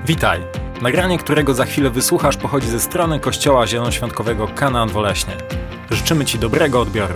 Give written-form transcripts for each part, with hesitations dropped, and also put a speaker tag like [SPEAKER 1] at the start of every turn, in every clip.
[SPEAKER 1] Witaj! Nagranie, którego za chwilę wysłuchasz, pochodzi ze strony Kościoła Zielonoświątkowego Kanaan Woleśnie. Życzymy Ci dobrego odbioru.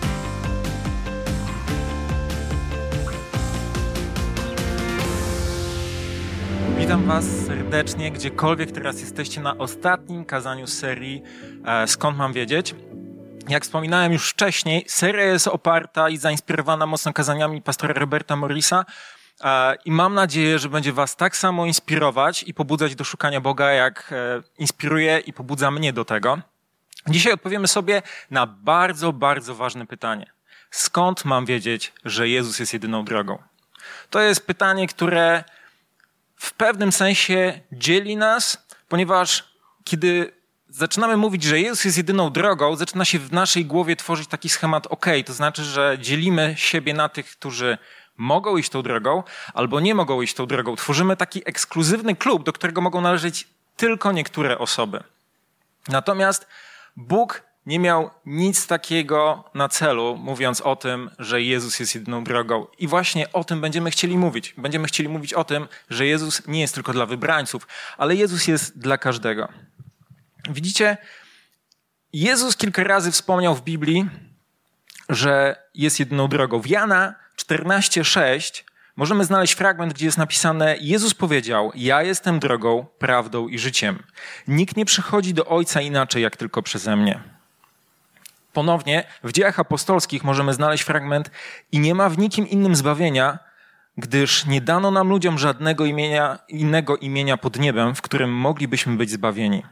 [SPEAKER 1] Witam Was serdecznie, gdziekolwiek teraz jesteście, na ostatnim kazaniu z serii Skąd mam wiedzieć? Jak wspominałem już wcześniej, seria jest oparta i zainspirowana mocno kazaniami pastora Roberta Morrisa i mam nadzieję, że będzie Was tak samo inspirować i pobudzać do szukania Boga, jak inspiruje i pobudza mnie do tego. Dzisiaj odpowiemy sobie na bardzo, bardzo ważne pytanie. Skąd mam wiedzieć, że Jezus jest jedyną drogą? To jest pytanie, które w pewnym sensie dzieli nas, ponieważ kiedy zaczynamy mówić, że Jezus jest jedyną drogą, zaczyna się w naszej głowie tworzyć taki schemat to znaczy, że dzielimy siebie na tych, którzy mogą iść tą drogą albo nie mogą iść tą drogą. Tworzymy taki ekskluzywny klub, do którego mogą należeć tylko niektóre osoby. Natomiast Bóg nie miał nic takiego na celu, mówiąc o tym, że Jezus jest jedyną drogą. I właśnie o tym będziemy chcieli mówić. Będziemy chcieli mówić o tym, że Jezus nie jest tylko dla wybrańców, ale Jezus jest dla każdego. Widzicie, Jezus kilka razy wspomniał w Biblii, że jest jedyną drogą. W Jana 14:6 możemy znaleźć fragment, gdzie jest napisane: Jezus powiedział: ja jestem drogą, prawdą i życiem. Nikt nie przychodzi do Ojca inaczej, jak tylko przeze mnie. Ponownie w Dziejach Apostolskich możemy znaleźć fragment: i nie ma w nikim innym zbawienia, gdyż nie dano nam ludziom żadnego innego imienia pod niebem, w którym moglibyśmy być zbawieni.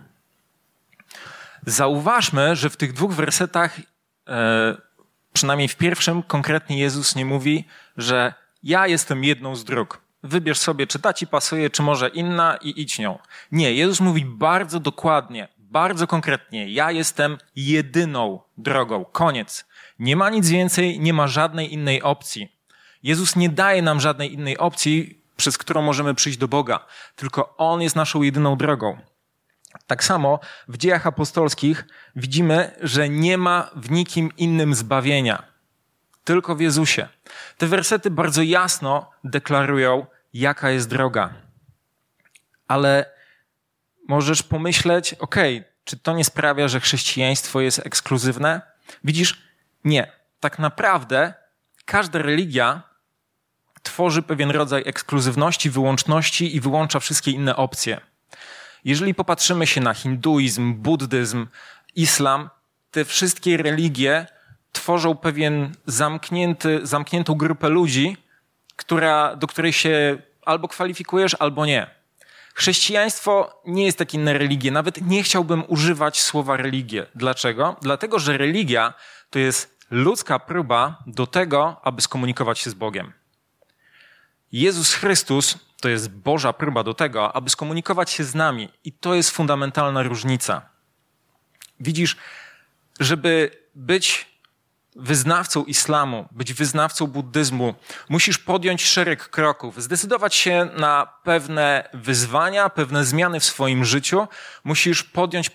[SPEAKER 1] Zauważmy, że w tych dwóch wersetach, przynajmniej w pierwszym, konkretnie Jezus nie mówi, że ja jestem jedną z dróg. Wybierz sobie, czy ta ci pasuje, czy może inna i idź nią. Nie, Jezus mówi bardzo dokładnie, bardzo konkretnie: ja jestem jedyną drogą. Koniec. Nie ma nic więcej, nie ma żadnej innej opcji. Jezus nie daje nam żadnej innej opcji, przez którą możemy przyjść do Boga. Tylko On jest naszą jedyną drogą. Tak samo w Dziejach Apostolskich widzimy, że nie ma w nikim innym zbawienia. Tylko w Jezusie. Te wersety bardzo jasno deklarują, jaka jest droga. Ale możesz pomyśleć, czy to nie sprawia, że chrześcijaństwo jest ekskluzywne? Widzisz, nie. Tak naprawdę każda religia tworzy pewien rodzaj ekskluzywności, wyłączności i wyłącza wszystkie inne opcje. Jeżeli popatrzymy się na hinduizm, buddyzm, islam, te wszystkie religie tworzą pewien zamkniętą grupę ludzi, do której się albo kwalifikujesz, albo nie. Chrześcijaństwo nie jest takie inne religie. Nawet nie chciałbym używać słowa religie. Dlaczego? Dlatego, że religia to jest ludzka próba do tego, aby skomunikować się z Bogiem. Jezus Chrystus to jest Boża próba do tego, aby skomunikować się z nami. I to jest fundamentalna różnica. Widzisz, żeby być wyznawcą islamu, być wyznawcą buddyzmu, musisz podjąć szereg kroków, zdecydować się na pewne wyzwania, pewne zmiany w swoim życiu. Musisz podjąć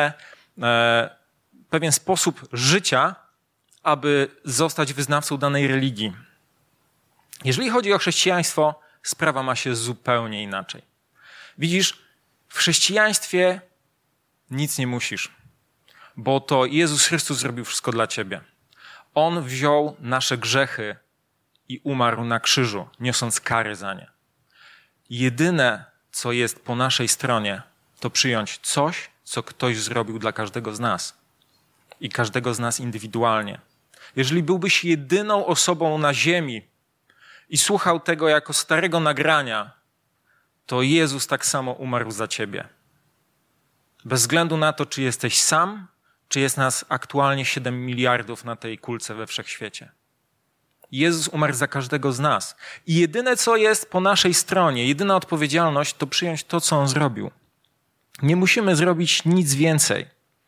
[SPEAKER 1] pewien sposób życia, aby zostać wyznawcą danej religii. Jeżeli chodzi o chrześcijaństwo, sprawa ma się zupełnie inaczej. Widzisz, w chrześcijaństwie nic nie musisz, bo to Jezus Chrystus zrobił wszystko dla ciebie. On wziął nasze grzechy i umarł na krzyżu, niosąc kary za nie. Jedyne, co jest po naszej stronie, to przyjąć coś, co ktoś zrobił dla każdego z nas. I każdego z nas indywidualnie. Jeżeli byłbyś jedyną osobą na ziemi i słuchał tego jako starego nagrania, to Jezus tak samo umarł za ciebie. Bez względu na to, czy jesteś sam, czy jest nas aktualnie 7 miliardów na tej kulce we wszechświecie. Jezus umarł za każdego z nas. I jedyne, co jest po naszej stronie, jedyna odpowiedzialność, to przyjąć to, co On zrobił. Nie musimy zrobić nic więcej.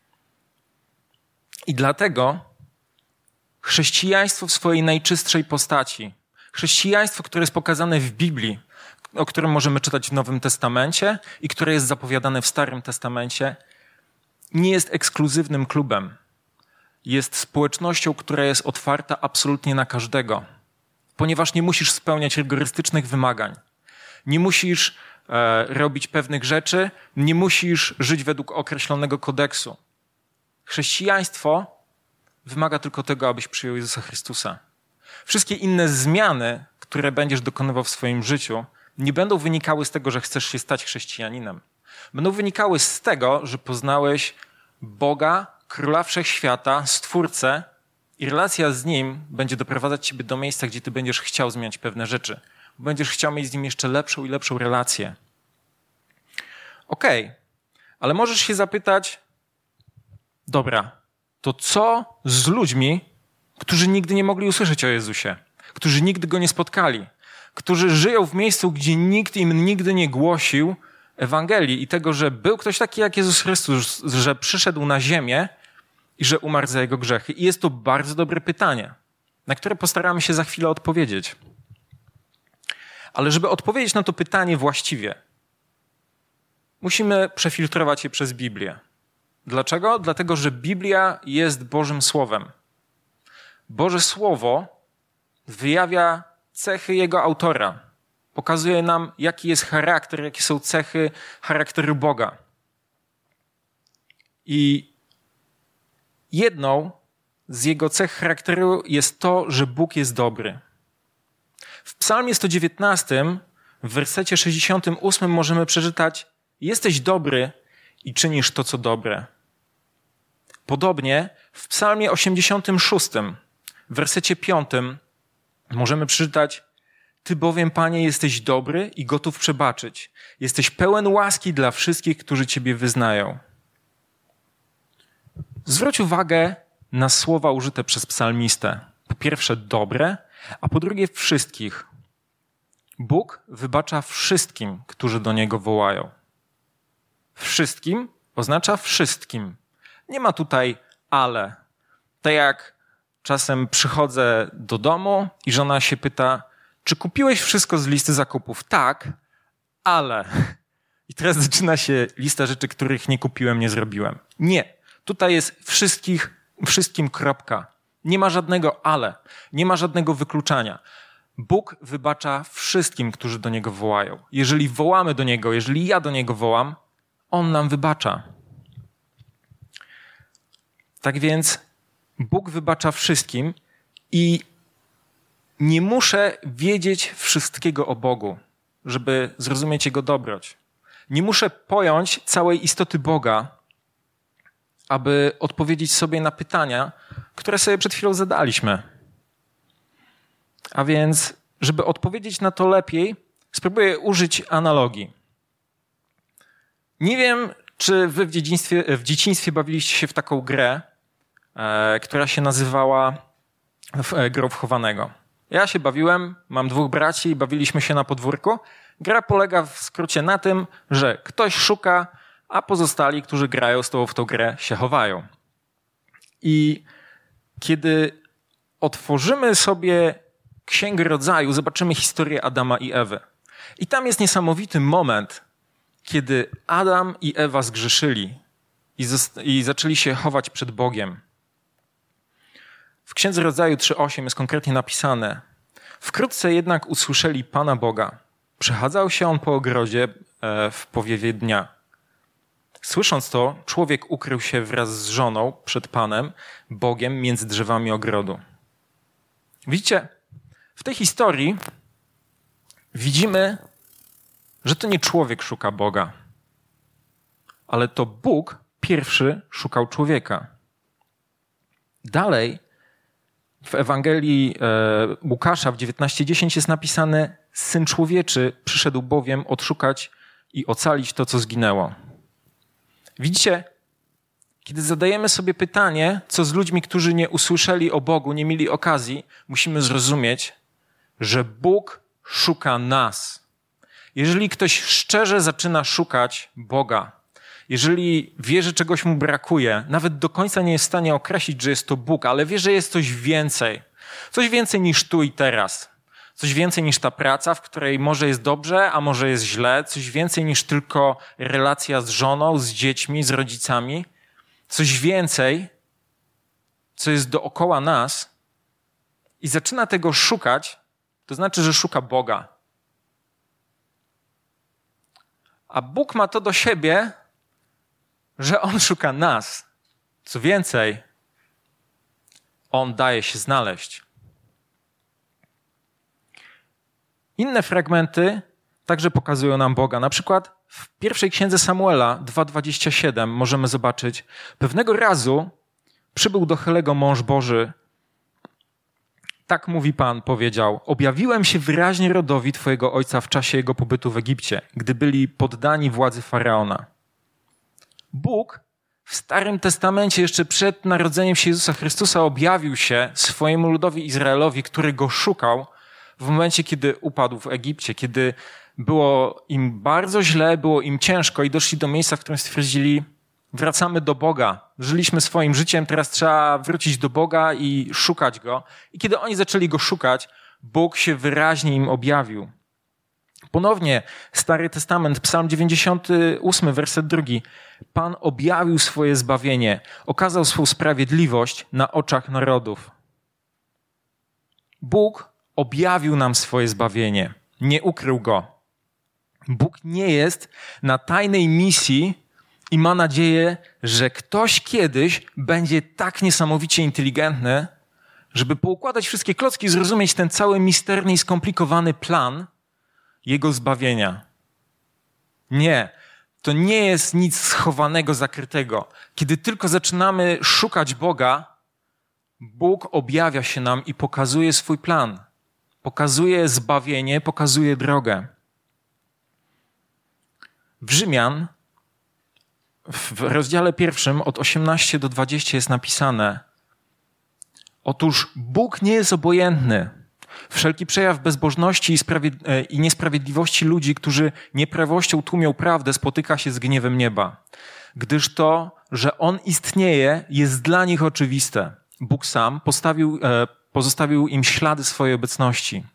[SPEAKER 1] I dlatego chrześcijaństwo w swojej najczystszej postaci, chrześcijaństwo, które jest pokazane w Biblii, o którym możemy czytać w Nowym Testamencie i które jest zapowiadane w Starym Testamencie, nie jest ekskluzywnym klubem. Jest społecznością, która jest otwarta absolutnie na każdego, ponieważ nie musisz spełniać rygorystycznych wymagań. Nie musisz robić pewnych rzeczy, nie musisz żyć według określonego kodeksu. Chrześcijaństwo wymaga tylko tego, abyś przyjął Jezusa Chrystusa. Wszystkie inne zmiany, które będziesz dokonywał w swoim życiu, nie będą wynikały z tego, że chcesz się stać chrześcijaninem. Będą wynikały z tego, że poznałeś Boga, Króla Wszechświata, Stwórcę i relacja z Nim będzie doprowadzać ciebie do miejsca, gdzie ty będziesz chciał zmieniać pewne rzeczy. Będziesz chciał mieć z Nim jeszcze lepszą i lepszą relację. Okej, ale możesz się zapytać, dobra, to co z ludźmi, którzy nigdy nie mogli usłyszeć o Jezusie, którzy nigdy Go nie spotkali, którzy żyją w miejscu, gdzie nikt im nigdy nie głosił Ewangelii i tego, że był ktoś taki jak Jezus Chrystus, że przyszedł na ziemię i że umarł za jego grzechy. I jest to bardzo dobre pytanie, na które postaramy się za chwilę odpowiedzieć. Ale żeby odpowiedzieć na to pytanie właściwie, musimy przefiltrować je przez Biblię. Dlaczego? Dlatego, że Biblia jest Bożym Słowem. Boże Słowo wyjawia cechy Jego autora. Pokazuje nam, jaki jest charakter, jakie są cechy charakteru Boga. I jedną z Jego cech charakteru jest to, że Bóg jest dobry. W Psalmie 119, w wersecie 68 możemy przeczytać: jesteś dobry i czynisz to, co dobre. Podobnie w Psalmie 86, w wersecie 5 możemy przeczytać: Ty bowiem, Panie, jesteś dobry i gotów przebaczyć. Jesteś pełen łaski dla wszystkich, którzy Ciebie wyznają. Zwróć uwagę na słowa użyte przez psalmistę. Po pierwsze dobre, a po drugie wszystkich. Bóg wybacza wszystkim, którzy do Niego wołają. Wszystkim oznacza wszystkim. Nie ma tutaj ale. Tak jak czasem przychodzę do domu i żona się pyta: czy kupiłeś wszystko z listy zakupów? Tak, ale. I teraz zaczyna się lista rzeczy, których nie kupiłem, nie zrobiłem. Nie. Tutaj jest wszystkim kropka. Nie ma żadnego ale. Nie ma żadnego wykluczania. Bóg wybacza wszystkim, którzy do Niego wołają. Jeżeli wołamy do Niego, jeżeli ja do Niego wołam, On nam wybacza. Tak więc Bóg wybacza wszystkim i nie muszę wiedzieć wszystkiego o Bogu, żeby zrozumieć Jego dobroć. Nie muszę pojąć całej istoty Boga, aby odpowiedzieć sobie na pytania, które sobie przed chwilą zadaliśmy. A więc, żeby odpowiedzieć na to lepiej, spróbuję użyć analogii. Nie wiem, czy wy w dzieciństwie bawiliście się w taką grę, która się nazywała grą w chowanego. Ja się bawiłem, mam 2 braci i bawiliśmy się na podwórku. Gra polega w skrócie na tym, że ktoś szuka, a pozostali, którzy grają z tobą w tą grę, się chowają. I kiedy otworzymy sobie Księgę Rodzaju, zobaczymy historię Adama i Ewy. I tam jest niesamowity moment, kiedy Adam i Ewa zgrzeszyli i zaczęli się chować przed Bogiem. W Księdze Rodzaju 3:8 jest konkretnie napisane: wkrótce jednak usłyszeli Pana Boga. Przechadzał się on po ogrodzie w powiewie dnia. Słysząc to, człowiek ukrył się wraz z żoną przed Panem Bogiem między drzewami ogrodu. Widzicie, w tej historii widzimy, że to nie człowiek szuka Boga, ale to Bóg pierwszy szukał człowieka. Dalej w Ewangelii Łukasza w 19:10 jest napisane: Syn Człowieczy przyszedł bowiem odszukać i ocalić to, co zginęło. Widzicie, kiedy zadajemy sobie pytanie, co z ludźmi, którzy nie usłyszeli o Bogu, nie mieli okazji, musimy zrozumieć, że Bóg szuka nas. Jeżeli ktoś szczerze zaczyna szukać Boga, jeżeli wie, że czegoś mu brakuje, nawet do końca nie jest w stanie określić, że jest to Bóg, ale wie, że jest coś więcej. Coś więcej niż tu i teraz. Coś więcej niż ta praca, w której może jest dobrze, a może jest źle. Coś więcej niż tylko relacja z żoną, z dziećmi, z rodzicami. Coś więcej, co jest dookoła nas i zaczyna tego szukać, to znaczy, że szuka Boga. A Bóg ma to do siebie, że On szuka nas. Co więcej, On daje się znaleźć. Inne fragmenty także pokazują nam Boga. Na przykład w pierwszej księdze Samuela 2:27 możemy zobaczyć: pewnego razu przybył do Helego mąż Boży. Tak mówi Pan, powiedział: objawiłem się wyraźnie rodowi twojego ojca w czasie jego pobytu w Egipcie, gdy byli poddani władzy Faraona. Bóg w Starym Testamencie, jeszcze przed narodzeniem się Jezusa Chrystusa, objawił się swojemu ludowi Izraelowi, który go szukał w momencie, kiedy upadł w Egipcie, kiedy było im bardzo źle, było im ciężko i doszli do miejsca, w którym stwierdzili: wracamy do Boga. Żyliśmy swoim życiem, teraz trzeba wrócić do Boga i szukać Go. I kiedy oni zaczęli Go szukać, Bóg się wyraźnie im objawił. Ponownie Stary Testament, Psalm 98, werset 2. Pan objawił swoje zbawienie, okazał swą sprawiedliwość na oczach narodów. Bóg objawił nam swoje zbawienie, nie ukrył go. Bóg nie jest na tajnej misji i ma nadzieję, że ktoś kiedyś będzie tak niesamowicie inteligentny, żeby poukładać wszystkie klocki i zrozumieć ten cały misterny i skomplikowany plan Jego zbawienia. Nie, to nie jest nic schowanego, zakrytego. Kiedy tylko zaczynamy szukać Boga, Bóg objawia się nam i pokazuje swój plan. Pokazuje zbawienie, pokazuje drogę. W Rzymian, w rozdziale 1 od 18 do 20 jest napisane: otóż Bóg nie jest obojętny. Wszelki przejaw bezbożności i niesprawiedliwości ludzi, którzy nieprawością tłumią prawdę, spotyka się z gniewem nieba. Gdyż to, że On istnieje, jest dla nich oczywiste. Bóg sam pozostawił im ślady swojej obecności.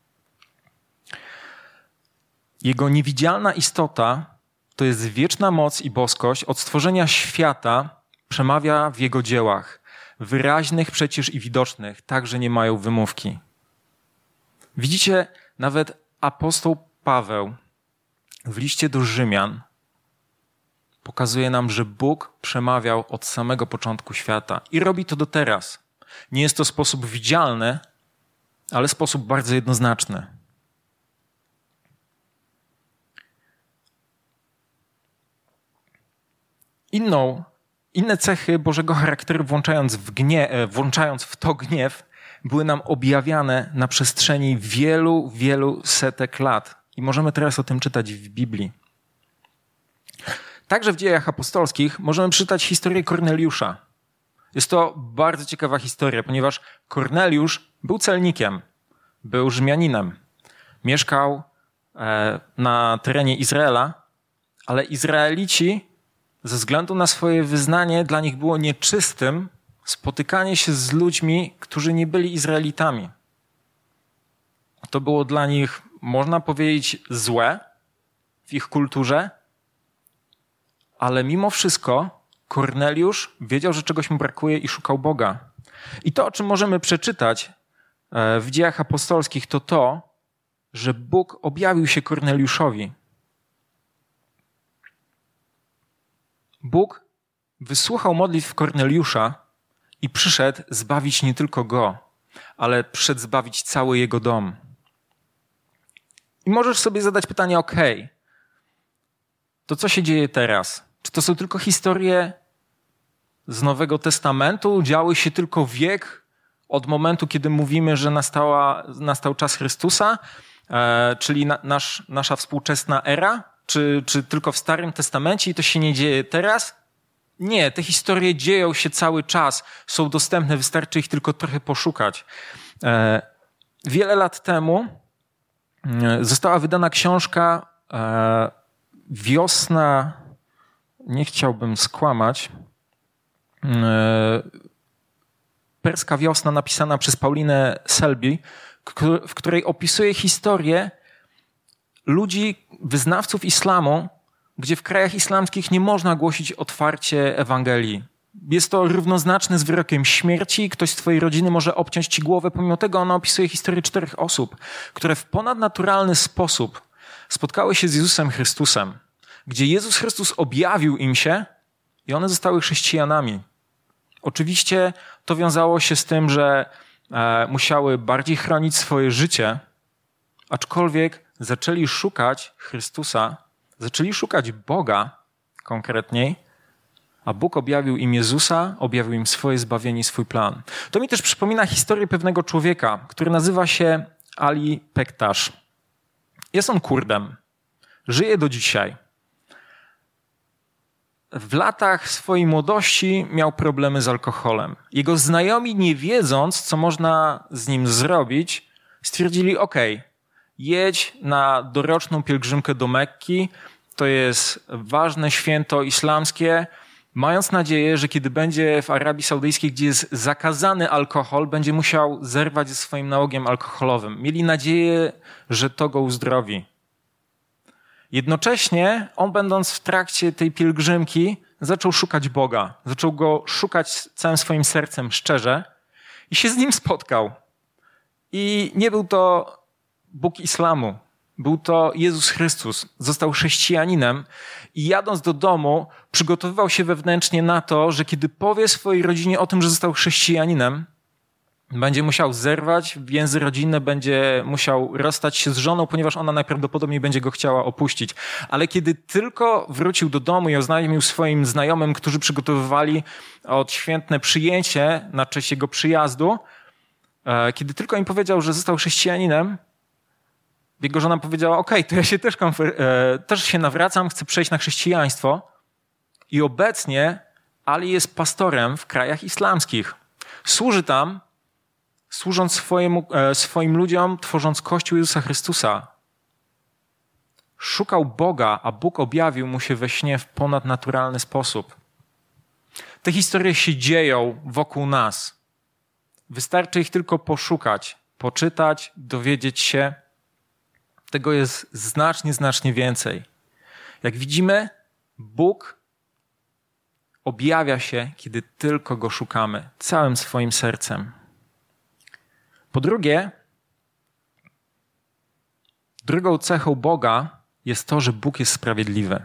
[SPEAKER 1] Jego niewidzialna istota to jest wieczna moc i boskość. Od stworzenia świata przemawia w Jego dziełach, wyraźnych przecież i widocznych, tak, że nie mają wymówki. Widzicie, nawet apostoł Paweł w liście do Rzymian pokazuje nam, że Bóg przemawiał od samego początku świata i robi to do teraz. Nie jest to sposób widzialny, ale sposób bardzo jednoznaczny. Inne cechy Bożego charakteru, włączając w to gniew, były nam objawiane na przestrzeni wielu, wielu setek lat. I możemy teraz o tym czytać w Biblii. Także w Dziejach Apostolskich możemy przeczytać historię Korneliusza. Jest to bardzo ciekawa historia, ponieważ Korneliusz był celnikiem, był Rzymianinem. Mieszkał na terenie Izraela, ale Izraelici ze względu na swoje wyznanie dla nich było nieczystym spotykanie się z ludźmi, którzy nie byli Izraelitami. To było dla nich, można powiedzieć, złe w ich kulturze, ale mimo wszystko Korneliusz wiedział, że czegoś mu brakuje i szukał Boga. I to, o czym możemy przeczytać w Dziejach Apostolskich, to to, że Bóg objawił się Korneliuszowi. Bóg wysłuchał modlitw Korneliusza i przyszedł zbawić nie tylko go, ale przyszedł zbawić cały jego dom. I możesz sobie zadać pytanie: to co się dzieje teraz? Czy to są tylko historie z Nowego Testamentu? Działy się tylko wiek od momentu, kiedy mówimy, że nastał czas Chrystusa, czyli nasza współczesna era? Czy tylko w Starym Testamencie i to się nie dzieje teraz? Nie, te historie dzieją się cały czas, są dostępne, wystarczy ich tylko trochę poszukać. Wiele lat temu została wydana książka Wiosna, nie chciałbym skłamać, Perska wiosna, napisana przez Paulinę Selby, w której opisuje historię ludzi, wyznawców islamu, gdzie w krajach islamskich nie można głosić otwarcie Ewangelii. Jest to równoznaczne z wyrokiem śmierci, ktoś z twojej rodziny może obciąć ci głowę. Pomimo tego ona opisuje historię 4 osób, które w ponadnaturalny sposób spotkały się z Jezusem Chrystusem. gdzie Jezus Chrystus objawił im się i one zostały chrześcijanami. Oczywiście to wiązało się z tym, że musiały bardziej chronić swoje życie, aczkolwiek zaczęli szukać Chrystusa, zaczęli szukać Boga konkretniej, a Bóg objawił im Jezusa, objawił im swoje zbawienie i swój plan. To mi też przypomina historię pewnego człowieka, który nazywa się Ali Pektasz. Jest on Kurdem. Żyje do dzisiaj. W latach swojej młodości miał problemy z alkoholem. Jego znajomi, nie wiedząc, co można z nim zrobić, stwierdzili, jedź na doroczną pielgrzymkę do Mekki, to jest ważne święto islamskie, mając nadzieję, że kiedy będzie w Arabii Saudyjskiej, gdzie jest zakazany alkohol, będzie musiał zerwać ze swoim nałogiem alkoholowym. Mieli nadzieję, że to go uzdrowi. Jednocześnie on, będąc w trakcie tej pielgrzymki, zaczął szukać Boga. Zaczął Go szukać całym swoim sercem szczerze i się z Nim spotkał. I nie był to Bóg islamu. Był to Jezus Chrystus. Został chrześcijaninem i jadąc do domu przygotowywał się wewnętrznie na to, że kiedy powie swojej rodzinie o tym, że został chrześcijaninem, będzie musiał zerwać więzy rodzinne, będzie musiał rozstać się z żoną, ponieważ ona najprawdopodobniej będzie go chciała opuścić. Ale kiedy tylko wrócił do domu i oznajmił swoim znajomym, którzy przygotowywali odświętne przyjęcie na cześć jego przyjazdu, kiedy tylko im powiedział, że został chrześcijaninem, jego żona powiedziała, to ja się też się nawracam, chcę przejść na chrześcijaństwo. I obecnie Ali jest pastorem w krajach islamskich. Służy tam, służąc swoim ludziom, tworząc Kościół Jezusa Chrystusa. Szukał Boga, a Bóg objawił mu się we śnie w ponadnaturalny sposób. Te historie się dzieją wokół nas. Wystarczy ich tylko poszukać, poczytać, dowiedzieć się. Tego jest znacznie więcej. Jak widzimy, Bóg objawia się, kiedy tylko Go szukamy, całym swoim sercem. Po drugie, drugą cechą Boga jest to, że Bóg jest sprawiedliwy.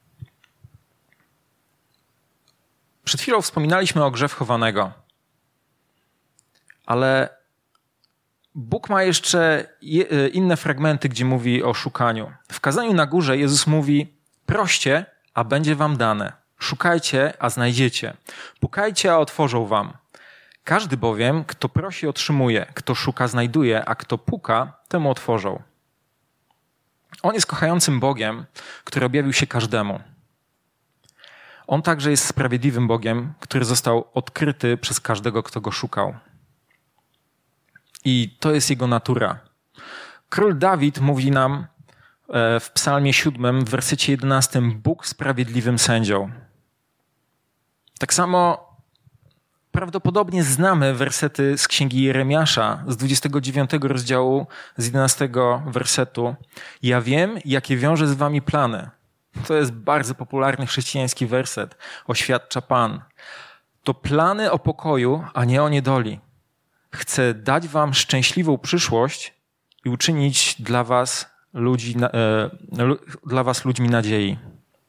[SPEAKER 1] Przed chwilą wspominaliśmy o grze wchowanego, ale Bóg ma jeszcze inne fragmenty, gdzie mówi o szukaniu. W kazaniu na górze Jezus mówi: proście, a będzie wam dane. Szukajcie, a znajdziecie. Pukajcie, a otworzą wam. Każdy bowiem, kto prosi, otrzymuje. Kto szuka, znajduje, a kto puka, temu otworzą. On jest kochającym Bogiem, który objawił się każdemu. On także jest sprawiedliwym Bogiem, który został odkryty przez każdego, kto Go szukał. I to jest Jego natura. Król Dawid mówi nam w Psalmie 7, w wersecie 11: Bóg sprawiedliwym sędzią. Tak samo prawdopodobnie znamy wersety z Księgi Jeremiasza z 29 rozdziału, z 11 wersetu. Ja wiem, jakie wiąże z wami plany. To jest bardzo popularny chrześcijański werset. Oświadcza Pan. To plany o pokoju, a nie o niedoli. Chcę dać wam szczęśliwą przyszłość i uczynić dla was ludźmi nadziei.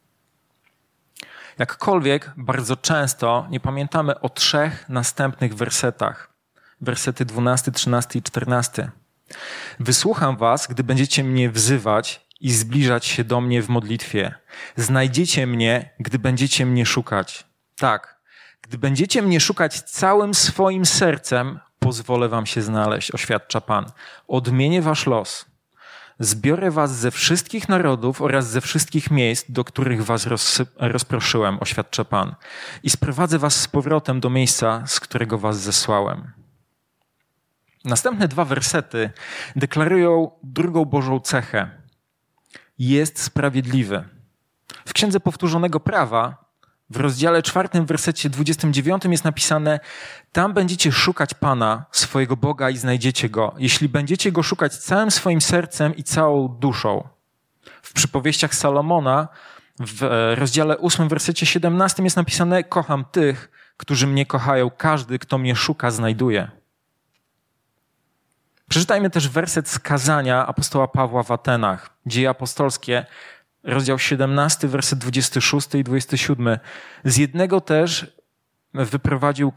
[SPEAKER 1] Jakkolwiek bardzo często nie pamiętamy o 3 następnych wersetach. Wersety 12, 13 i 14. Wysłucham was, gdy będziecie mnie wzywać i zbliżać się do mnie w modlitwie. Znajdziecie mnie, gdy będziecie mnie szukać. Tak, gdy będziecie mnie szukać całym swoim sercem, pozwolę wam się znaleźć, oświadcza Pan. Odmienię wasz los. Zbiorę was ze wszystkich narodów oraz ze wszystkich miejsc, do których was rozproszyłem, oświadcza Pan. I sprowadzę was z powrotem do miejsca, z którego was zesłałem. Następne 2 wersety deklarują drugą Bożą cechę. Jest sprawiedliwy. W Księdze Powtórzonego Prawa w rozdziale 4, w wersecie 29 jest napisane: tam będziecie szukać Pana, swojego Boga, i znajdziecie Go, jeśli będziecie Go szukać całym swoim sercem i całą duszą. W przypowieściach Salomona w rozdziale 8, w wersecie 17 jest napisane: kocham tych, którzy mnie kochają, każdy, kto mnie szuka, znajduje. Przeczytajmy też werset z kazania apostoła Pawła w Atenach, Dzieje apostolskie, rozdział 17, werset 26 i 27. Z jednego też wyprowadził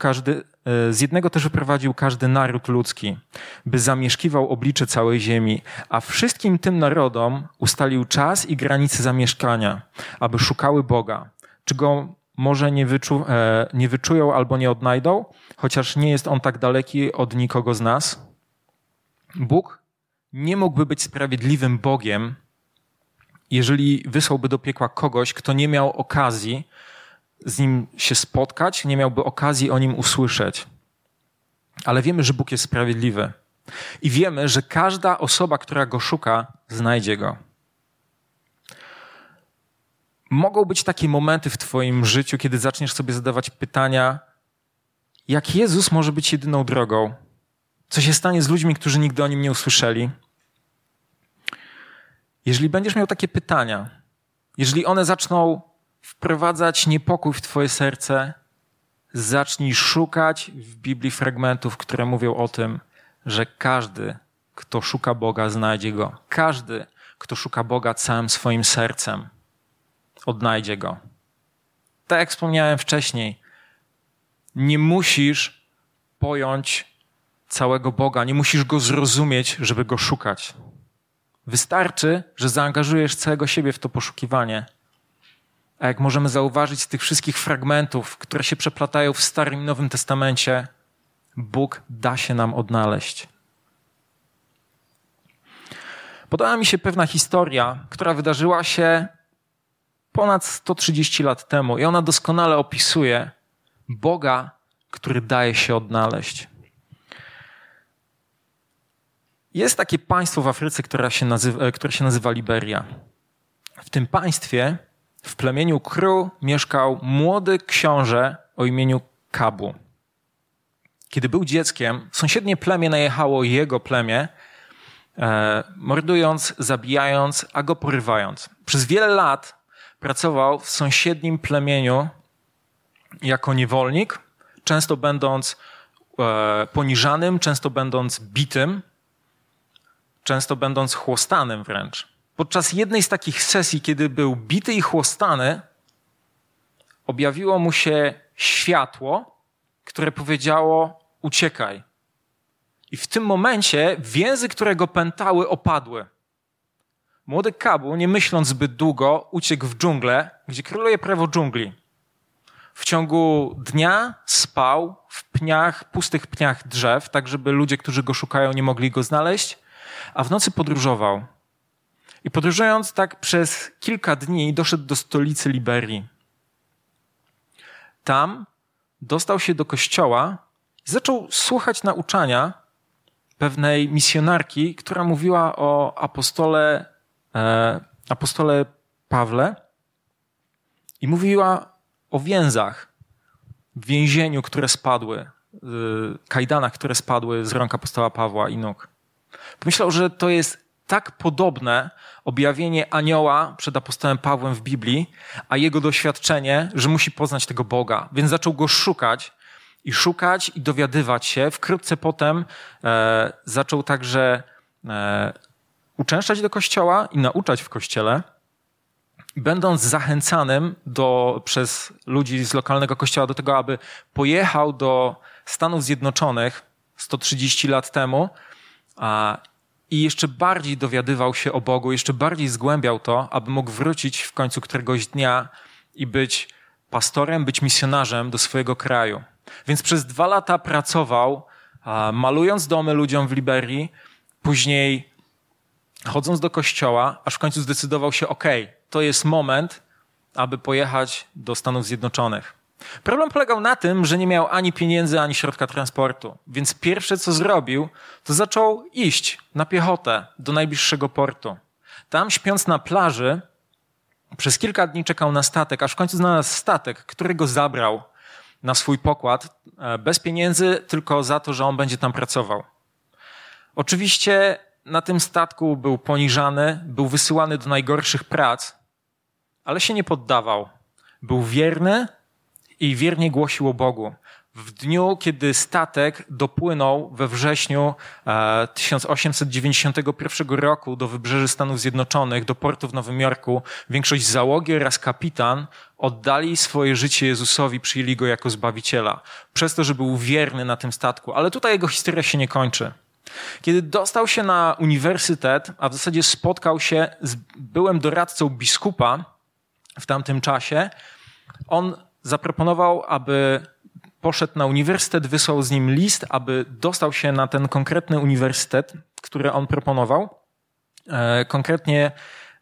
[SPEAKER 1] każdy naród ludzki, by zamieszkiwał oblicze całej ziemi, a wszystkim tym narodom ustalił czas i granice zamieszkania, aby szukały Boga. Czy Go może nie wyczują albo nie odnajdą, chociaż nie jest On tak daleki od nikogo z nas? Bóg nie mógłby być sprawiedliwym Bogiem, jeżeli wysłałby do piekła kogoś, kto nie miał okazji z Nim się spotkać, nie miałby okazji o Nim usłyszeć. Ale wiemy, że Bóg jest sprawiedliwy. I wiemy, że każda osoba, która Go szuka, znajdzie Go. Mogą być takie momenty w twoim życiu, kiedy zaczniesz sobie zadawać pytania, jak Jezus może być jedyną drogą? Co się stanie z ludźmi, którzy nigdy o Nim nie usłyszeli? Jeżeli będziesz miał takie pytania, jeżeli one zaczną wprowadzać niepokój w twoje serce, zacznij szukać w Biblii fragmentów, które mówią o tym, że każdy, kto szuka Boga, znajdzie Go. Każdy, kto szuka Boga całym swoim sercem, odnajdzie Go. Tak jak wspomniałem wcześniej, nie musisz pojąć całego Boga, nie musisz Go zrozumieć, żeby Go szukać. Wystarczy, że zaangażujesz całego siebie w to poszukiwanie. A jak możemy zauważyć z tych wszystkich fragmentów, które się przeplatają w Starym i Nowym Testamencie, Bóg da się nam odnaleźć. Podoba mi się pewna historia, która wydarzyła się ponad 130 lat temu i ona doskonale opisuje Boga, który daje się odnaleźć. Jest takie państwo w Afryce, które się nazywa Liberia. W tym państwie, w plemieniu Kru, mieszkał młody książę o imieniu Kabu. Kiedy był dzieckiem, sąsiednie plemię najechało jego plemię, mordując, zabijając, a go porywając. Przez wiele lat pracował w sąsiednim plemieniu jako niewolnik, często będąc poniżanym, często będąc bitym, często będąc chłostanym wręcz. Podczas jednej z takich sesji, kiedy był bity i chłostany, objawiło mu się światło, które powiedziało: uciekaj. I w tym momencie więzy, które go pętały, opadły. Młody Kabu, nie myśląc zbyt długo, uciekł w dżunglę, gdzie króluje prawo dżungli. W ciągu dnia spał w pustych pniach drzew, tak żeby ludzie, którzy go szukają, nie mogli go znaleźć, a w nocy podróżował. I podróżując tak przez kilka dni doszedł do stolicy Liberii. Tam dostał się do kościoła i zaczął słuchać nauczania pewnej misjonarki, która mówiła o apostole Pawle i mówiła o więzach w więzieniu, które spadły, kajdanach, które spadły z rąk apostoła Pawła i nóg. Pomyślał, że to jest tak podobne objawienie anioła przed apostołem Pawłem w Biblii, a jego doświadczenie, że musi poznać tego Boga. Więc zaczął go szukać i dowiadywać się. Wkrótce potem zaczął także uczęszczać do kościoła i nauczać w kościele, będąc zachęcanym przez ludzi z lokalnego kościoła do tego, aby pojechał do Stanów Zjednoczonych 130 lat temu i jeszcze bardziej dowiadywał się o Bogu, jeszcze bardziej zgłębiał to, aby mógł wrócić w końcu któregoś dnia i być pastorem, być misjonarzem do swojego kraju. Więc przez 2 lata pracował, malując domy ludziom w Liberii, później chodząc do kościoła, aż w końcu zdecydował się, to jest moment, aby pojechać do Stanów Zjednoczonych. Problem polegał na tym, że nie miał ani pieniędzy, ani środka transportu. Więc pierwsze, co zrobił, to zaczął iść na piechotę do najbliższego portu. Tam, śpiąc na plaży, przez kilka dni czekał na statek, aż w końcu znalazł statek, który go zabrał na swój pokład, bez pieniędzy, tylko za to, że on będzie tam pracował. Oczywiście na tym statku był poniżany, był wysyłany do najgorszych prac, ale się nie poddawał. Był wierny i wiernie głosił o Bogu. W dniu, kiedy statek dopłynął we wrześniu 1891 roku do wybrzeży Stanów Zjednoczonych, do portu w Nowym Jorku, większość załogi oraz kapitan oddali swoje życie Jezusowi, przyjęli Go jako Zbawiciela, przez to, że był wierny na tym statku. Ale tutaj jego historia się nie kończy. Kiedy dostał się na uniwersytet, a w zasadzie spotkał się z byłym doradcą biskupa w tamtym czasie, on zaproponował, aby poszedł na uniwersytet, wysłał z nim list, aby dostał się na ten konkretny uniwersytet, który on proponował. Konkretnie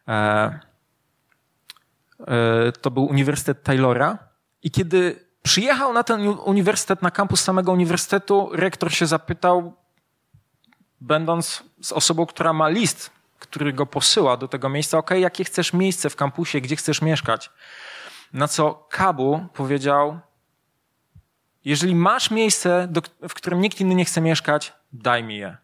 [SPEAKER 1] to był Uniwersytet Taylora. I kiedy przyjechał na ten uniwersytet, na kampus samego uniwersytetu, rektor się zapytał, będąc z osobą, która ma list, który go posyła do tego miejsca, jakie chcesz miejsce w kampusie, gdzie chcesz mieszkać? Na co Kabu powiedział, jeżeli masz miejsce, w którym nikt inny nie chce mieszkać, daj mi je.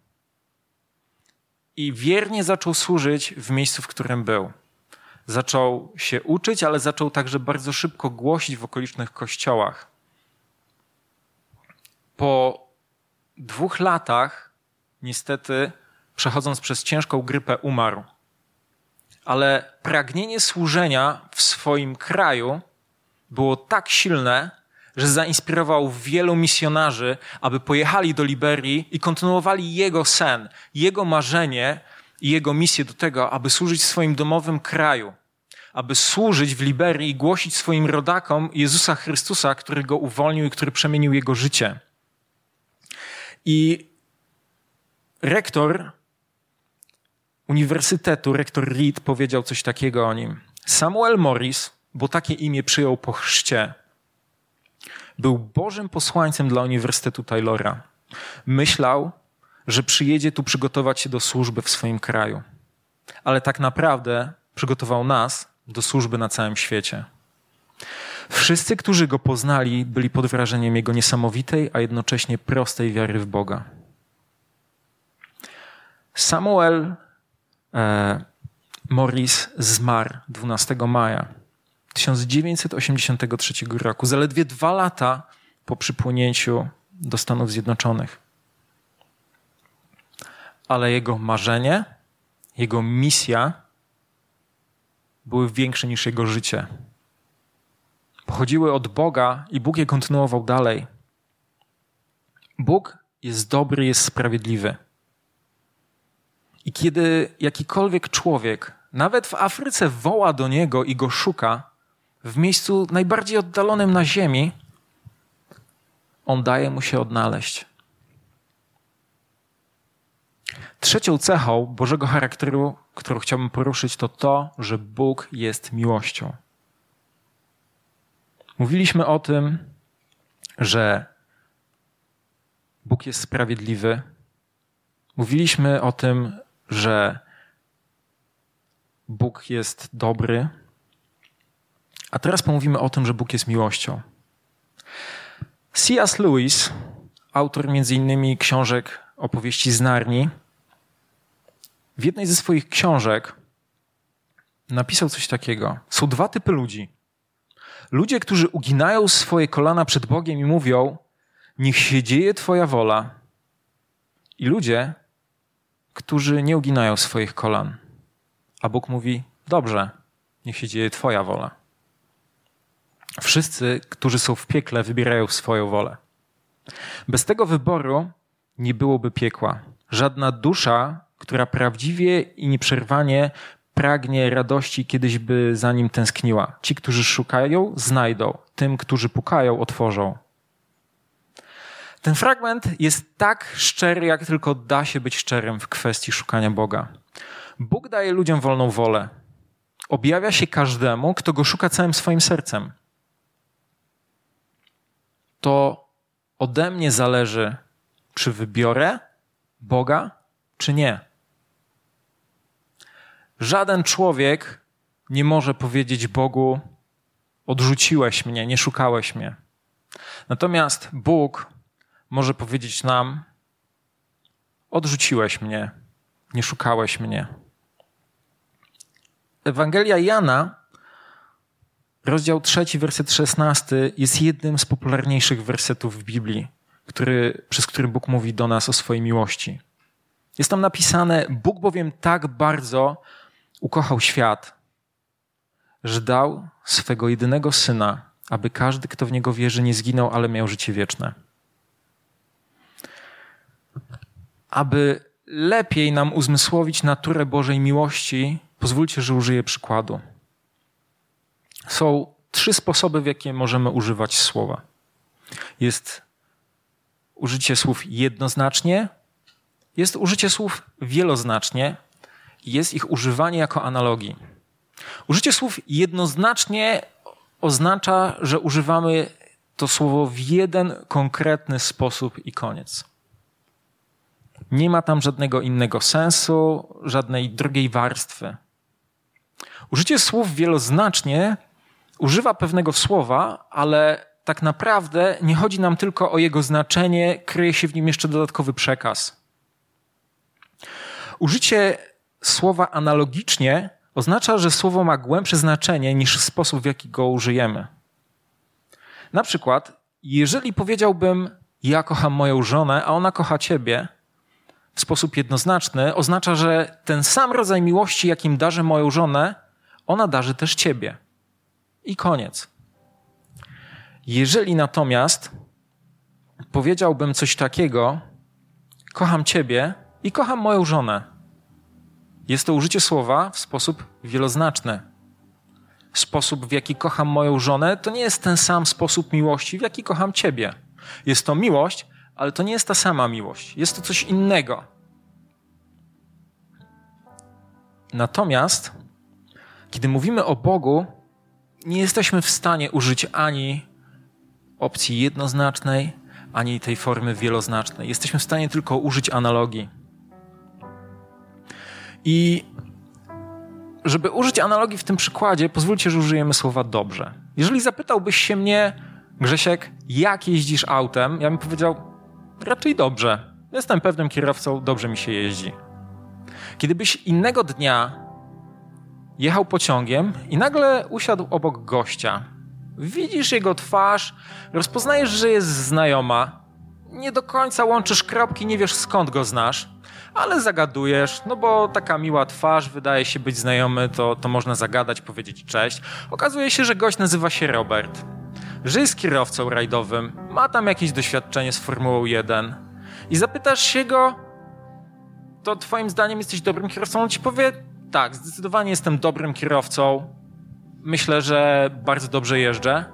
[SPEAKER 1] I wiernie zaczął służyć w miejscu, w którym był. Zaczął się uczyć, ale zaczął także bardzo szybko głosić w okolicznych kościołach. Po 2 latach, niestety, przechodząc przez ciężką grypę, umarł. Ale pragnienie służenia w swoim kraju było tak silne, że zainspirował wielu misjonarzy, aby pojechali do Liberii i kontynuowali jego sen, jego marzenie i jego misję do tego, aby służyć w swoim domowym kraju, aby służyć w Liberii i głosić swoim rodakom Jezusa Chrystusa, który go uwolnił i który przemienił jego życie. I rektor uniwersytetu, rektor Reed, powiedział coś takiego o nim. Samuel Morris, bo takie imię przyjął po chrzcie, był Bożym posłańcem dla Uniwersytetu Taylora. Myślał, że przyjedzie tu przygotować się do służby w swoim kraju. Ale tak naprawdę przygotował nas do służby na całym świecie. Wszyscy, którzy go poznali, byli pod wrażeniem jego niesamowitej, a jednocześnie prostej wiary w Boga. Samuel Morris zmarł 12 maja 1983 roku, zaledwie 2 lata po przypłynięciu do Stanów Zjednoczonych. Ale jego marzenie, jego misja były większe niż jego życie. Pochodziły od Boga i Bóg je kontynuował dalej. Bóg jest dobry, jest sprawiedliwy. I kiedy jakikolwiek człowiek, nawet w Afryce, woła do Niego i Go szuka, w miejscu najbardziej oddalonym na ziemi, On daje mu się odnaleźć. Trzecią cechą Bożego charakteru, którą chciałbym poruszyć, to to, że Bóg jest miłością. Mówiliśmy o tym, że Bóg jest sprawiedliwy. Mówiliśmy o tym, że Bóg jest dobry. A teraz pomówimy o tym, że Bóg jest miłością. C.S. Lewis, autor m.in. książek Opowieści z Narni, w jednej ze swoich książek napisał coś takiego. Są 2 typy ludzi. Ludzie, którzy uginają swoje kolana przed Bogiem i mówią, niech się dzieje Twoja wola. I ludzie, którzy nie uginają swoich kolan. A Bóg mówi, dobrze, niech się dzieje Twoja wola. Wszyscy, którzy są w piekle, wybierają swoją wolę. Bez tego wyboru nie byłoby piekła. Żadna dusza, która prawdziwie i nieprzerwanie pragnie radości, kiedyś by za nim tęskniła. Ci, którzy szukają, znajdą. Tym, którzy pukają, otworzą. Ten fragment jest tak szczery, jak tylko da się być szczerym w kwestii szukania Boga. Bóg daje ludziom wolną wolę. Objawia się każdemu, kto Go szuka całym swoim sercem. To ode mnie zależy, czy wybiorę Boga, czy nie. Żaden człowiek nie może powiedzieć Bogu, odrzuciłeś mnie, nie szukałeś mnie. Natomiast Bóg może powiedzieć nam, odrzuciłeś mnie, nie szukałeś mnie. Ewangelia Jana Rozdział 3, werset 16 jest jednym z popularniejszych wersetów w Biblii, przez który Bóg mówi do nas o swojej miłości. Jest tam napisane: Bóg bowiem tak bardzo ukochał świat, że dał swego jedynego Syna, aby każdy, kto w Niego wierzy, nie zginął, ale miał życie wieczne. Aby lepiej nam uzmysłowić naturę Bożej miłości, pozwólcie, że użyję przykładu. Są 3 sposoby, w jakie możemy używać słowa. Jest użycie słów jednoznacznie, jest użycie słów wieloznacznie i jest ich używanie jako analogii. Użycie słów jednoznacznie oznacza, że używamy to słowo w jeden konkretny sposób i koniec. Nie ma tam żadnego innego sensu, żadnej drugiej warstwy. Użycie słów wieloznacznie używa pewnego słowa, ale tak naprawdę nie chodzi nam tylko o jego znaczenie, kryje się w nim jeszcze dodatkowy przekaz. Użycie słowa analogicznie oznacza, że słowo ma głębsze znaczenie niż sposób, w jaki go użyjemy. Na przykład, jeżeli powiedziałbym: ja kocham moją żonę, a ona kocha ciebie, w sposób jednoznaczny, oznacza, że ten sam rodzaj miłości, jakim darzę moją żonę, ona darzy też ciebie. I koniec. Jeżeli natomiast powiedziałbym coś takiego: kocham ciebie i kocham moją żonę, jest to użycie słowa w sposób wieloznaczny. Sposób, w jaki kocham moją żonę, to nie jest ten sam sposób miłości, w jaki kocham ciebie. Jest to miłość, ale to nie jest ta sama miłość. Jest to coś innego. Natomiast, kiedy mówimy o Bogu, nie jesteśmy w stanie użyć ani opcji jednoznacznej, ani tej formy wieloznacznej. Jesteśmy w stanie tylko użyć analogii. I żeby użyć analogii w tym przykładzie, pozwólcie, że użyjemy słowa dobrze. Jeżeli zapytałbyś się mnie: Grzesiek, jak jeździsz autem? Ja bym powiedział: raczej dobrze. Jestem pewnym kierowcą, dobrze mi się jeździ. Kiedybyś innego dnia jechał pociągiem i nagle usiadł obok gościa. Widzisz jego twarz, rozpoznajesz, że jest znajoma. Nie do końca łączysz kropki, nie wiesz, skąd go znasz, ale zagadujesz, no bo taka miła twarz, wydaje się być znajomy, to można zagadać, powiedzieć cześć. Okazuje się, że gość nazywa się Robert, że jest kierowcą rajdowym, ma tam jakieś doświadczenie z Formułą 1 i zapytasz się go: to twoim zdaniem jesteś dobrym kierowcą? On ci powie: tak, zdecydowanie jestem dobrym kierowcą. Myślę, że bardzo dobrze jeżdżę.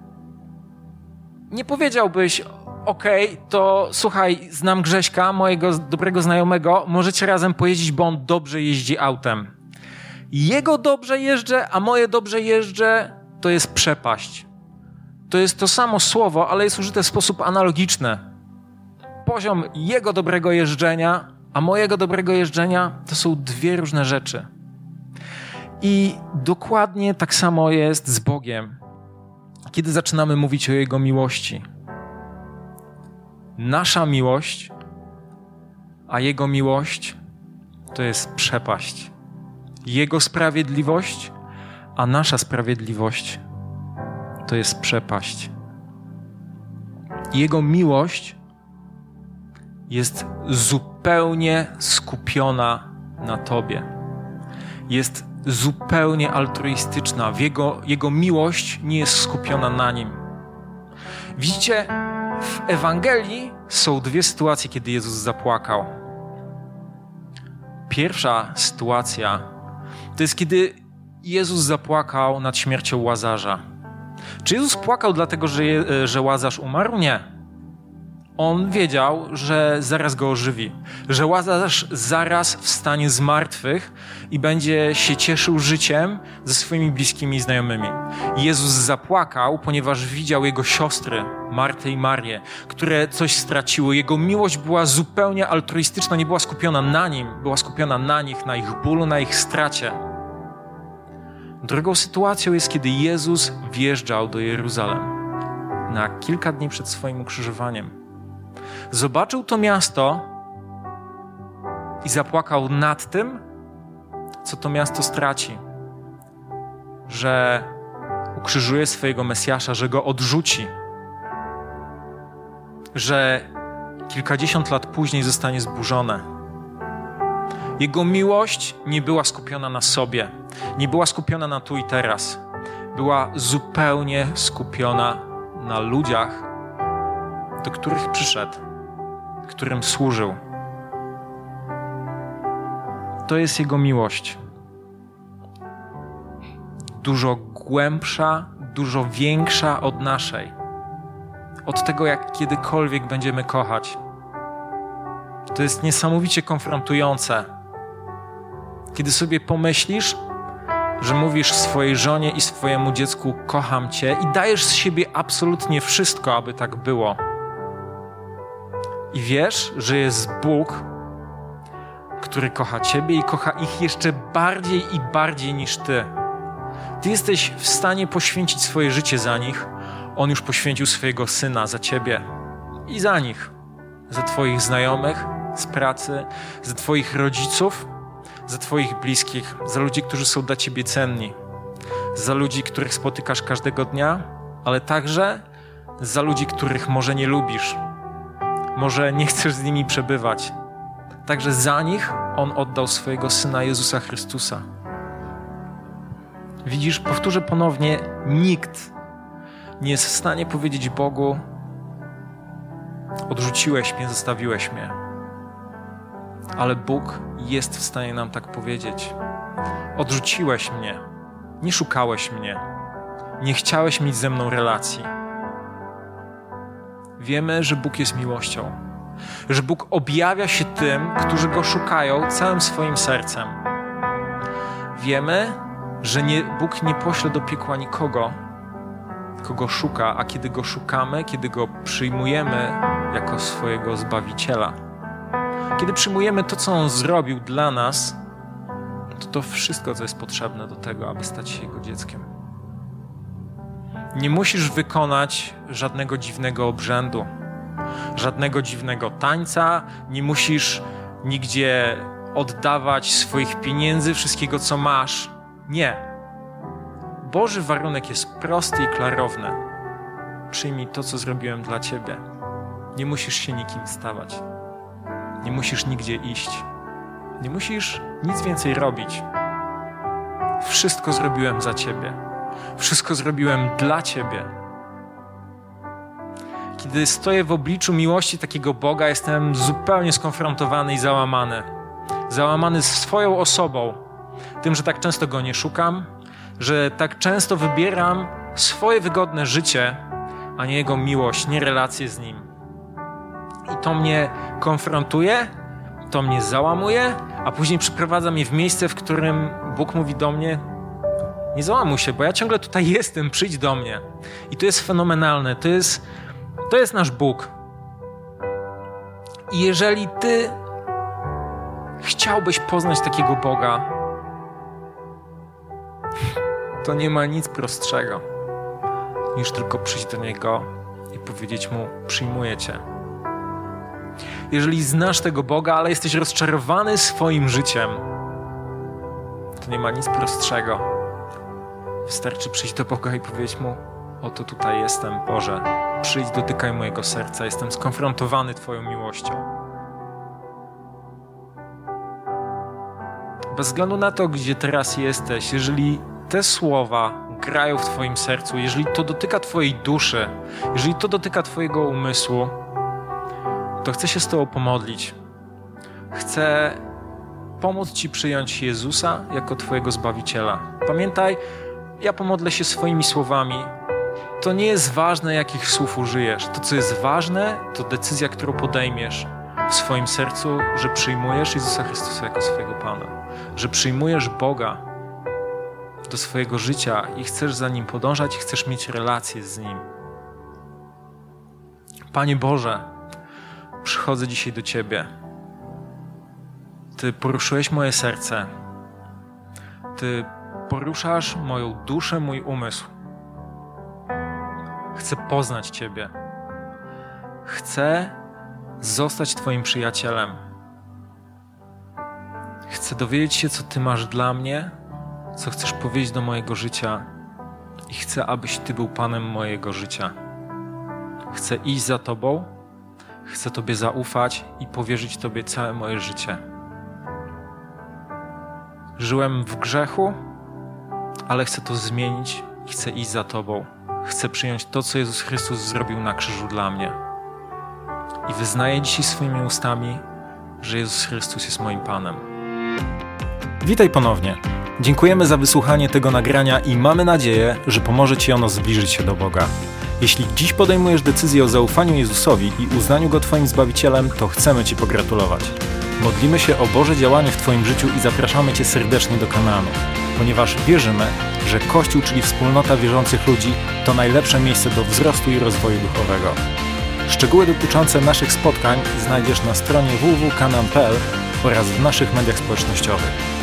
[SPEAKER 1] Nie powiedziałbyś: okej, to słuchaj, znam Grześka, mojego dobrego znajomego, możecie razem pojeździć, bo on dobrze jeździ autem. Jego dobrze jeżdżę, a moje dobrze jeżdżę, to jest przepaść. To jest to samo słowo, ale jest użyte w sposób analogiczny. Poziom jego dobrego jeżdżenia, a mojego dobrego jeżdżenia to są 2 różne rzeczy. I dokładnie tak samo jest z Bogiem, kiedy zaczynamy mówić o Jego miłości. Nasza miłość, a Jego miłość to jest przepaść. Jego sprawiedliwość, a nasza sprawiedliwość to jest przepaść. Jego miłość jest zupełnie skupiona na Tobie. Jest zupełnie altruistyczna. Jego miłość nie jest skupiona na Nim. Widzicie, w Ewangelii są 2 sytuacje, kiedy Jezus zapłakał. Pierwsza sytuacja to jest, kiedy Jezus zapłakał nad śmiercią Łazarza. Czy Jezus płakał dlatego, że Łazarz umarł? Nie. On wiedział, że zaraz go ożywi, że Łazarz zaraz wstanie z martwych i będzie się cieszył życiem ze swoimi bliskimi znajomymi. Jezus zapłakał, ponieważ widział jego siostry, Martę i Marię, które coś straciły. Jego miłość była zupełnie altruistyczna, nie była skupiona na nim, była skupiona na nich, na ich bólu, na ich stracie. Drugą sytuacją jest, kiedy Jezus wjeżdżał do Jeruzalem na kilka dni przed swoim ukrzyżowaniem. Zobaczył to miasto i zapłakał nad tym, co to miasto straci. Że ukrzyżuje swojego Mesjasza, że go odrzuci, że kilkadziesiąt lat później zostanie zburzone. Jego miłość nie była skupiona na sobie, nie była skupiona na tu i teraz. Była zupełnie skupiona na ludziach, do których przyszedł, którym służył. To jest Jego miłość. Dużo głębsza, dużo większa od naszej. Od tego, jak kiedykolwiek będziemy kochać. To jest niesamowicie konfrontujące. Kiedy sobie pomyślisz, że mówisz swojej żonie i swojemu dziecku kocham Cię i dajesz z siebie absolutnie wszystko, aby tak było. I wiesz, że jest Bóg, który kocha Ciebie i kocha ich jeszcze bardziej i bardziej niż Ty. Ty jesteś w stanie poświęcić swoje życie za nich. On już poświęcił swojego Syna za Ciebie i za nich. Za Twoich znajomych z pracy, za Twoich rodziców, za Twoich bliskich, za ludzi, którzy są dla Ciebie cenni, za ludzi, których spotykasz każdego dnia, ale także za ludzi, których może nie lubisz, może nie chcesz z nimi przebywać. Także za nich On oddał swojego Syna Jezusa Chrystusa. Widzisz, powtórzę ponownie, nikt nie jest w stanie powiedzieć Bogu: odrzuciłeś mnie, zostawiłeś mnie. Ale Bóg jest w stanie nam tak powiedzieć: odrzuciłeś mnie, nie szukałeś mnie, nie chciałeś mieć ze mną relacji. Wiemy, że Bóg jest miłością, że Bóg objawia się tym, którzy Go szukają całym swoim sercem. Wiemy, że Bóg nie pośle do piekła nikogo, kogo szuka, a kiedy Go szukamy, kiedy Go przyjmujemy jako swojego Zbawiciela, kiedy przyjmujemy to, co On zrobił dla nas, to wszystko, co jest potrzebne do tego, aby stać się Jego dzieckiem. Nie musisz wykonać żadnego dziwnego obrzędu, żadnego dziwnego tańca, nie musisz nigdzie oddawać swoich pieniędzy, wszystkiego, co masz. Nie. Boży warunek jest prosty i klarowny. Przyjmij to, co zrobiłem dla Ciebie. Nie musisz się nikim stawać. Nie musisz nigdzie iść. Nie musisz nic więcej robić. Wszystko zrobiłem za Ciebie. Wszystko zrobiłem dla Ciebie. Kiedy stoję w obliczu miłości takiego Boga, jestem zupełnie skonfrontowany i załamany. Załamany swoją osobą. Tym, że tak często Go nie szukam, że tak często wybieram swoje wygodne życie, a nie Jego miłość, nie relacje z Nim. I to mnie konfrontuje, to mnie załamuje, a później przyprowadza mnie w miejsce, w którym Bóg mówi do mnie: nie załamuj się, bo ja ciągle tutaj jestem, przyjdź do mnie. I to jest fenomenalne, to jest nasz Bóg. I jeżeli Ty chciałbyś poznać takiego Boga, to nie ma nic prostszego, niż tylko przyjść do Niego i powiedzieć Mu: przyjmuję Cię. Jeżeli znasz tego Boga, ale jesteś rozczarowany swoim życiem, to nie ma nic prostszego. Wystarczy przyjść do Boga i powiedzieć Mu: oto tutaj jestem, Boże, przyjdź, dotykaj mojego serca, jestem skonfrontowany Twoją miłością. Bez względu na to, gdzie teraz jesteś, jeżeli te słowa grają w Twoim sercu, jeżeli to dotyka Twojej duszy, jeżeli to dotyka Twojego umysłu, to chcę się z Tobą pomodlić. Chcę pomóc Ci przyjąć Jezusa jako Twojego Zbawiciela. Pamiętaj, ja pomodlę się swoimi słowami. To nie jest ważne, jakich słów użyjesz. To, co jest ważne, to decyzja, którą podejmiesz w swoim sercu, że przyjmujesz Jezusa Chrystusa jako swojego Pana. Że przyjmujesz Boga do swojego życia i chcesz za Nim podążać, chcesz mieć relację z Nim. Panie Boże, przychodzę dzisiaj do Ciebie. Ty poruszyłeś moje serce. Ty poruszasz moją duszę, mój umysł. Chcę poznać Ciebie. Chcę zostać Twoim przyjacielem. Chcę dowiedzieć się, co Ty masz dla mnie, co chcesz powiedzieć do mojego życia i chcę, abyś Ty był Panem mojego życia. Chcę iść za Tobą, chcę Tobie zaufać i powierzyć Tobie całe moje życie. Żyłem w grzechu, ale chcę to zmienić i chcę iść za Tobą. Chcę przyjąć to, co Jezus Chrystus zrobił na krzyżu dla mnie. I wyznaję dzisiaj swoimi ustami, że Jezus Chrystus jest moim Panem. Witaj ponownie. Dziękujemy za wysłuchanie tego nagrania i mamy nadzieję, że pomoże Ci ono zbliżyć się do Boga. Jeśli dziś podejmujesz decyzję o zaufaniu Jezusowi i uznaniu Go Twoim Zbawicielem, to chcemy Ci pogratulować. Modlimy się o Boże działanie w Twoim życiu i zapraszamy Cię serdecznie do Kanaanu, ponieważ wierzymy, że Kościół, czyli wspólnota wierzących ludzi, to najlepsze miejsce do wzrostu i rozwoju duchowego. Szczegóły dotyczące naszych spotkań znajdziesz na stronie www.kanaan.pl oraz w naszych mediach społecznościowych.